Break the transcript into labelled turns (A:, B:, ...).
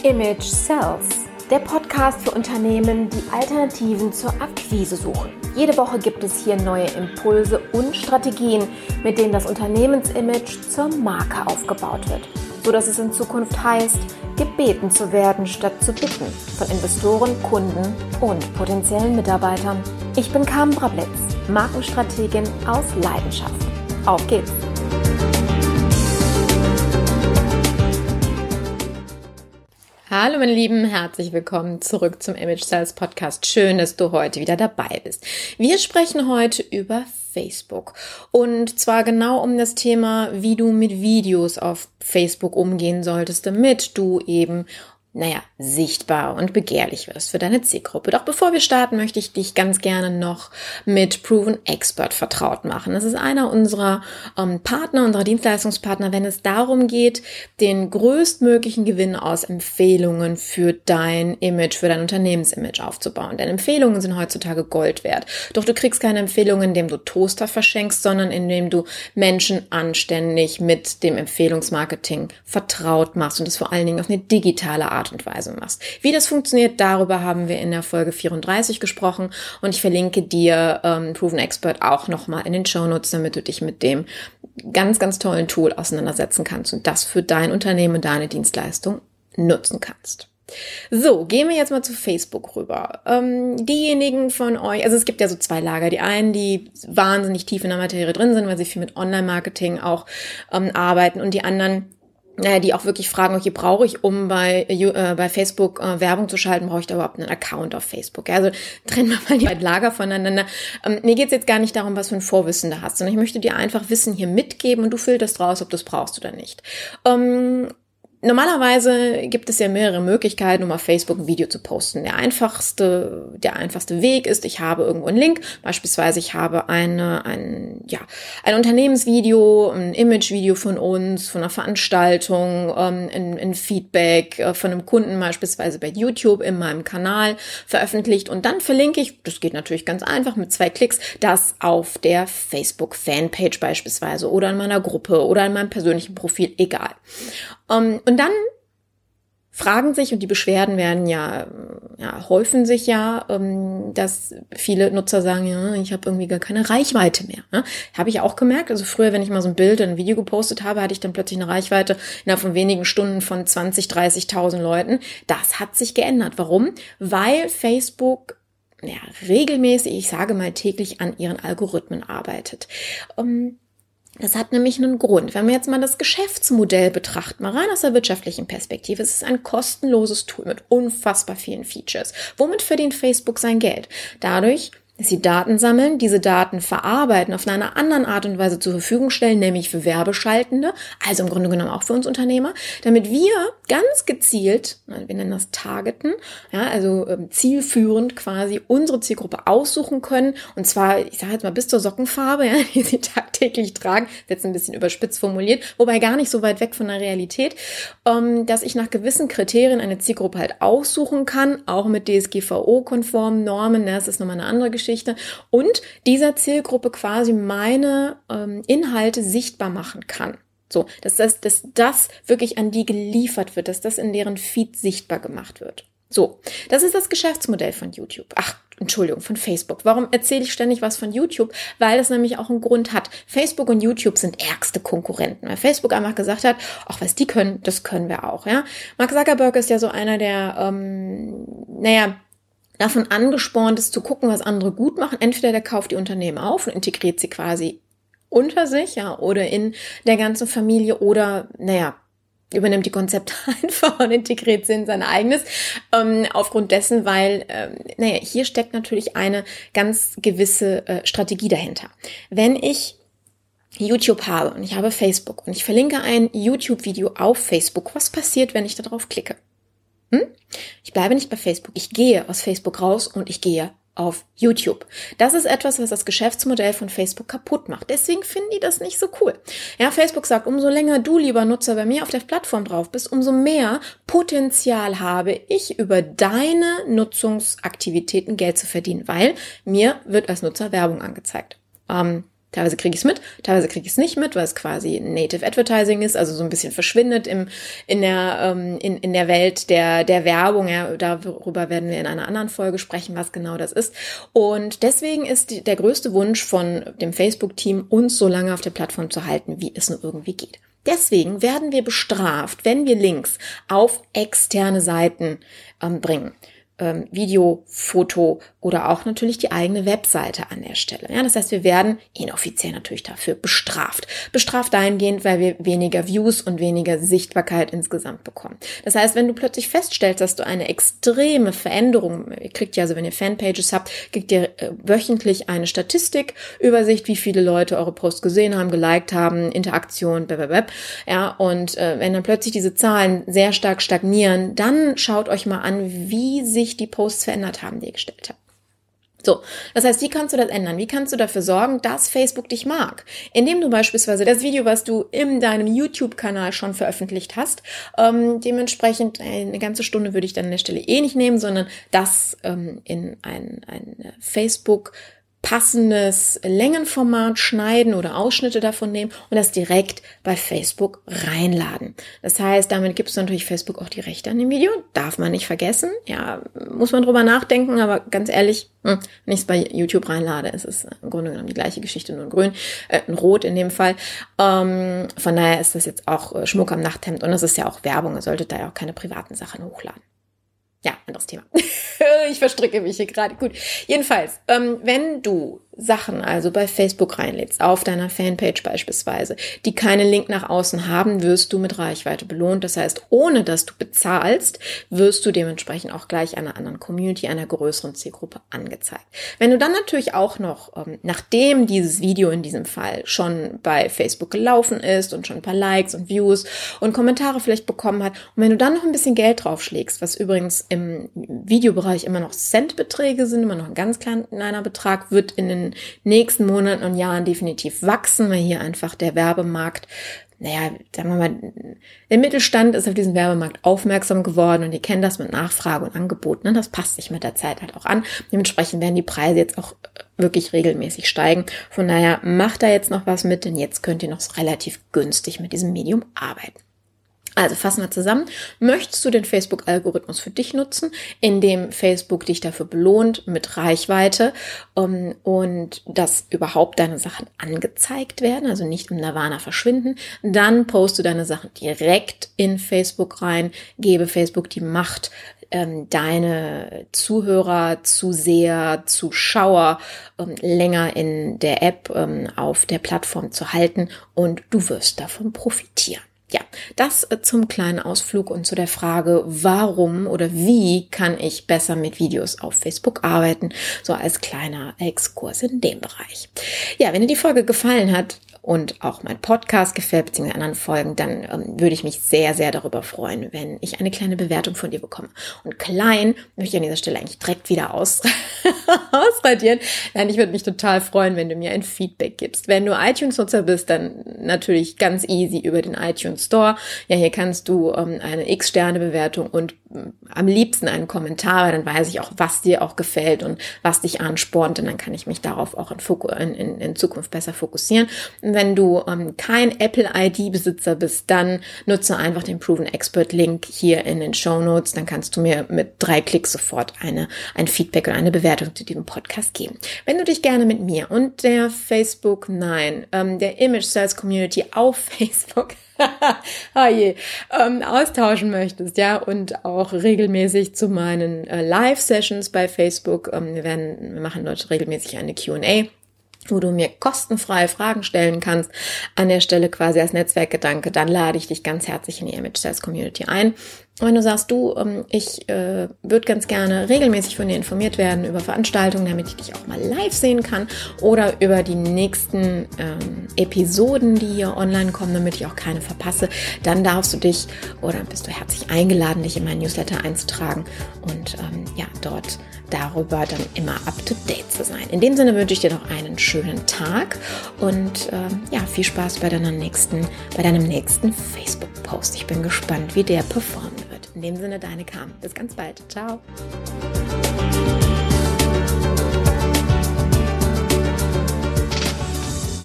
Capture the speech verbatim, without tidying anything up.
A: Image Sells, der Podcast für Unternehmen, die Alternativen zur Akquise suchen. Jede Woche gibt es hier neue Impulse und Strategien, mit denen das Unternehmensimage zur Marke aufgebaut wird, sodass es in Zukunft heißt, gebeten zu werden statt zu bitten von Investoren, Kunden und potenziellen Mitarbeitern. Ich bin Carmen Brablitz, Markenstrategin aus Leidenschaft. Auf geht's! Hallo meine Lieben, herzlich willkommen zurück zum Image Sales Podcast. Schön, dass du heute wieder dabei bist. Wir sprechen heute über Facebook und zwar genau um das Thema, wie du mit Videos auf Facebook umgehen solltest, damit du eben naja, sichtbar und begehrlich wirst für deine Zielgruppe. Doch bevor wir starten, möchte ich dich ganz gerne noch mit Proven Expert vertraut machen. Das ist einer unserer ähm, Partner, unserer Dienstleistungspartner, wenn es darum geht, den größtmöglichen Gewinn aus Empfehlungen für dein Image, für dein Unternehmensimage aufzubauen. Denn Empfehlungen sind heutzutage Gold wert. Doch du kriegst keine Empfehlungen, indem du Toaster verschenkst, sondern indem du Menschen anständig mit dem Empfehlungsmarketing vertraut machst und das vor allen Dingen auf eine digitale Art und Weise machst. Wie das funktioniert, darüber haben wir in der Folge vierunddreißig gesprochen und ich verlinke dir ähm, Proven Expert auch nochmal in den Shownotes, damit du dich mit dem ganz, ganz tollen Tool auseinandersetzen kannst und das für dein Unternehmen und deine Dienstleistung nutzen kannst. So, gehen wir jetzt mal zu Facebook rüber. Ähm, diejenigen von euch, also es gibt ja so zwei Lager. Die einen, die wahnsinnig tief in der Materie drin sind, weil sie viel mit Online-Marketing auch ähm, arbeiten und die anderen, Naja, die auch wirklich fragen, okay, brauche ich, um bei äh, bei Facebook äh, Werbung zu schalten, brauche ich da überhaupt einen Account auf Facebook? Ja, also trennen wir mal die beiden Lager voneinander. Ähm, mir geht's jetzt gar nicht darum, was für ein Vorwissen du hast, sondern ich möchte dir einfach Wissen hier mitgeben und du filterst raus, ob du es brauchst oder nicht. Ähm, Normalerweise gibt es ja mehrere Möglichkeiten, um auf Facebook ein Video zu posten. Der einfachste, der einfachste Weg ist, ich habe irgendwo einen Link. Beispielsweise, ich habe eine, ein, ja, ein Unternehmensvideo, ein Imagevideo von uns, von einer Veranstaltung, ähm, ein, ein Feedback äh, von einem Kunden beispielsweise bei YouTube in meinem Kanal veröffentlicht und dann verlinke ich, das geht natürlich ganz einfach mit zwei Klicks, das auf der Facebook-Fanpage beispielsweise oder in meiner Gruppe oder in meinem persönlichen Profil, egal. Um, und dann fragen sich, und die Beschwerden werden ja, ja häufen sich ja, um, dass viele Nutzer sagen, ja, ich habe irgendwie gar keine Reichweite mehr. Ne? Habe ich auch gemerkt. Also früher, wenn ich mal so ein Bild, ein Video gepostet habe, hatte ich dann plötzlich eine Reichweite innerhalb von wenigen Stunden von zwanzig, dreißigtausend Leuten. Das hat sich geändert. Warum? Weil Facebook ja, regelmäßig, ich sage mal täglich, an ihren Algorithmen arbeitet. Um, Das hat nämlich einen Grund. Wenn wir jetzt mal das Geschäftsmodell betrachten, mal rein aus der wirtschaftlichen Perspektive, es ist ein kostenloses Tool mit unfassbar vielen Features. Womit verdient Facebook sein Geld? Dadurch, dass sie Daten sammeln, diese Daten verarbeiten, auf eine andere Art und Weise zur Verfügung stellen, nämlich für Werbeschaltende, also im Grunde genommen auch für uns Unternehmer, damit wir ganz gezielt, wir nennen das Targeten, ja, also ähm, zielführend quasi unsere Zielgruppe aussuchen können, und zwar, ich sage jetzt mal bis zur Sockenfarbe, ja, die sie tagtäglich tragen, jetzt ein bisschen überspitzt formuliert, wobei gar nicht so weit weg von der Realität, ähm, dass ich nach gewissen Kriterien eine Zielgruppe halt aussuchen kann, auch mit D S G V O-konformen Normen, ja, das ist nochmal eine andere Geschichte, und dieser Zielgruppe quasi meine ähm, Inhalte sichtbar machen kann. So, dass das, dass das wirklich an die geliefert wird, dass das in deren Feed sichtbar gemacht wird. So, das ist das Geschäftsmodell von YouTube. Ach, Entschuldigung, von Facebook. Warum erzähle ich ständig was von YouTube? Weil das nämlich auch einen Grund hat. Facebook und YouTube sind ärgste Konkurrenten. Weil Facebook einfach gesagt hat, ach, was die können, das können wir auch. Ja, Mark Zuckerberg ist ja so einer der, ähm, naja, davon angespornt ist, zu gucken, was andere gut machen. Entweder der kauft die Unternehmen auf und integriert sie quasi unter sich, ja, oder in der ganzen Familie, oder, naja, übernimmt die Konzepte einfach und integriert sie in sein eigenes, ähm, aufgrund dessen, weil, ähm, naja, hier steckt natürlich eine ganz gewisse äh, Strategie dahinter. Wenn ich YouTube habe und ich habe Facebook und ich verlinke ein YouTube-Video auf Facebook, was passiert, wenn ich da drauf klicke? Hm? Ich bleibe nicht bei Facebook. Ich gehe aus Facebook raus und ich gehe auf YouTube. Das ist etwas, was das Geschäftsmodell von Facebook kaputt macht. Deswegen finden die das nicht so cool. Ja, Facebook sagt, umso länger du, lieber Nutzer, bei mir auf der Plattform drauf bist, umso mehr Potenzial habe ich, über deine Nutzungsaktivitäten Geld zu verdienen, weil mir wird als Nutzer Werbung angezeigt. Ähm, Teilweise kriege ich es mit, teilweise kriege ich es nicht mit, weil es quasi Native Advertising ist, also so ein bisschen verschwindet im, in, der, ähm, in, in der Welt der, der Werbung. Ja, darüber werden wir in einer anderen Folge sprechen, was genau das ist. Und deswegen ist die, der größte Wunsch von dem Facebook-Team, uns so lange auf der Plattform zu halten, wie es nur irgendwie geht. Deswegen werden wir bestraft, wenn wir Links auf externe Seiten ähm, bringen. Ähm, Video, Foto oder auch natürlich die eigene Webseite an der Stelle. Ja, das heißt, wir werden inoffiziell natürlich dafür bestraft. Bestraft dahingehend, weil wir weniger Views und weniger Sichtbarkeit insgesamt bekommen. Das heißt, wenn du plötzlich feststellst, dass du eine extreme Veränderung, ihr kriegt ja, also wenn ihr Fanpages habt, kriegt ihr äh, wöchentlich eine Statistikübersicht, wie viele Leute eure Posts gesehen haben, geliked haben, Interaktion, blablabla. Ja, und äh, wenn dann plötzlich diese Zahlen sehr stark stagnieren, dann schaut euch mal an, wie sich die Posts verändert haben, die ihr gestellt habt. So, das heißt, wie kannst du das ändern? Wie kannst du dafür sorgen, dass Facebook dich mag? Indem du beispielsweise das Video, was du in deinem YouTube-Kanal schon veröffentlicht hast, ähm, dementsprechend eine ganze Stunde würde ich dann an der Stelle eh nicht nehmen, sondern das ähm, in ein, ein Facebook passendes Längenformat schneiden oder Ausschnitte davon nehmen und das direkt bei Facebook reinladen. Das heißt, damit gibst du natürlich Facebook auch die Rechte an dem Video. Darf man nicht vergessen. Ja, muss man drüber nachdenken, aber ganz ehrlich, wenn ich es bei YouTube reinlade, ist es im Grunde genommen die gleiche Geschichte, nur in grün, äh, in rot in dem Fall. Ähm, von daher ist das jetzt auch Schmuck am Nachthemd und das ist ja auch Werbung. Ihr solltet da ja auch keine privaten Sachen hochladen. Ja, anderes Thema. Ich verstricke mich hier gerade. Gut, jedenfalls, ähm, wenn du Sachen also bei Facebook reinlädst, auf deiner Fanpage beispielsweise, die keinen Link nach außen haben, wirst du mit Reichweite belohnt. Das heißt, ohne dass du bezahlst, wirst du dementsprechend auch gleich einer anderen Community, einer größeren Zielgruppe angezeigt. Wenn du dann natürlich auch noch, ähm, nachdem dieses Video in diesem Fall schon bei Facebook gelaufen ist und schon ein paar Likes und Views und Kommentare vielleicht bekommen hat, und wenn du dann noch ein bisschen Geld draufschlägst, was übrigens im Videobereich immer noch Centbeträge sind, immer noch ein ganz kleiner Betrag, wird in den nächsten Monaten und Jahren definitiv wachsen, weil hier einfach der Werbemarkt, naja, sagen wir mal, der Mittelstand ist auf diesen Werbemarkt aufmerksam geworden und ihr kennt das mit Nachfrage und Angebot, ne? Das passt sich mit der Zeit halt auch an. Dementsprechend werden die Preise jetzt auch wirklich regelmäßig steigen. Von daher macht da jetzt noch was mit, denn jetzt könnt ihr noch relativ günstig mit diesem Medium arbeiten. Also fassen wir zusammen. Möchtest du den Facebook-Algorithmus für dich nutzen, indem Facebook dich dafür belohnt mit Reichweite um, und dass überhaupt deine Sachen angezeigt werden, also nicht im Nirvana verschwinden, dann poste deine Sachen direkt in Facebook rein, gebe Facebook die Macht, ähm, deine Zuhörer, Zuseher, Zuschauer ähm, länger in der App ähm, auf der Plattform zu halten und du wirst davon profitieren. Ja, das zum kleinen Ausflug und zu der Frage, warum oder wie kann ich besser mit Videos auf Facebook arbeiten, so als kleiner Exkurs in dem Bereich. Ja, wenn dir die Folge gefallen hat und auch mein Podcast gefällt, beziehungsweise anderen Folgen, dann ähm, würde ich mich sehr, sehr darüber freuen, wenn ich eine kleine Bewertung von dir bekomme. Und klein möchte ich an dieser Stelle eigentlich direkt wieder aus ausradieren. Nein, ich würde mich total freuen, wenn du mir ein Feedback gibst. Wenn du iTunes-Nutzer bist, dann natürlich ganz easy über den iTunes Store. Ja, hier kannst du ähm, eine X-Sterne-Bewertung und ähm, am liebsten einen Kommentar, weil dann weiß ich auch, was dir auch gefällt und was dich anspornt und dann kann ich mich darauf auch in, Foku- in, in, in Zukunft besser fokussieren. Wenn du ähm, kein Apple-I D-Besitzer bist, dann nutze einfach den Proven Expert-Link hier in den Shownotes. Dann kannst du mir mit drei Klicks sofort eine, ein Feedback und eine Bewertung zu diesem Podcast geben. Wenn du dich gerne mit mir und der Facebook, nein, ähm, der Image Sales Community auf Facebook oh je, ähm, austauschen möchtest, ja, und auch regelmäßig zu meinen äh, Live-Sessions bei Facebook, ähm, wir werden, wir machen dort regelmäßig eine Q und A, wo du mir kostenfrei Fragen stellen kannst, an der Stelle quasi als Netzwerkgedanke, dann lade ich dich ganz herzlich in die Image Sales Community ein. Und wenn du sagst, du, ich äh, würde ganz gerne regelmäßig von dir informiert werden über Veranstaltungen, damit ich dich auch mal live sehen kann oder über die nächsten ähm, Episoden, die hier online kommen, damit ich auch keine verpasse, dann darfst du dich oder bist du herzlich eingeladen, dich in meinen Newsletter einzutragen und ähm, ja, dort darüber dann immer up to date zu sein. In dem Sinne wünsche ich dir noch einen schönen Tag und ähm, ja, viel Spaß bei deiner nächsten, bei deinem nächsten Facebook-Post. Ich bin gespannt, wie der performen wird. In dem Sinne, deine Carmen. Bis ganz bald. Ciao.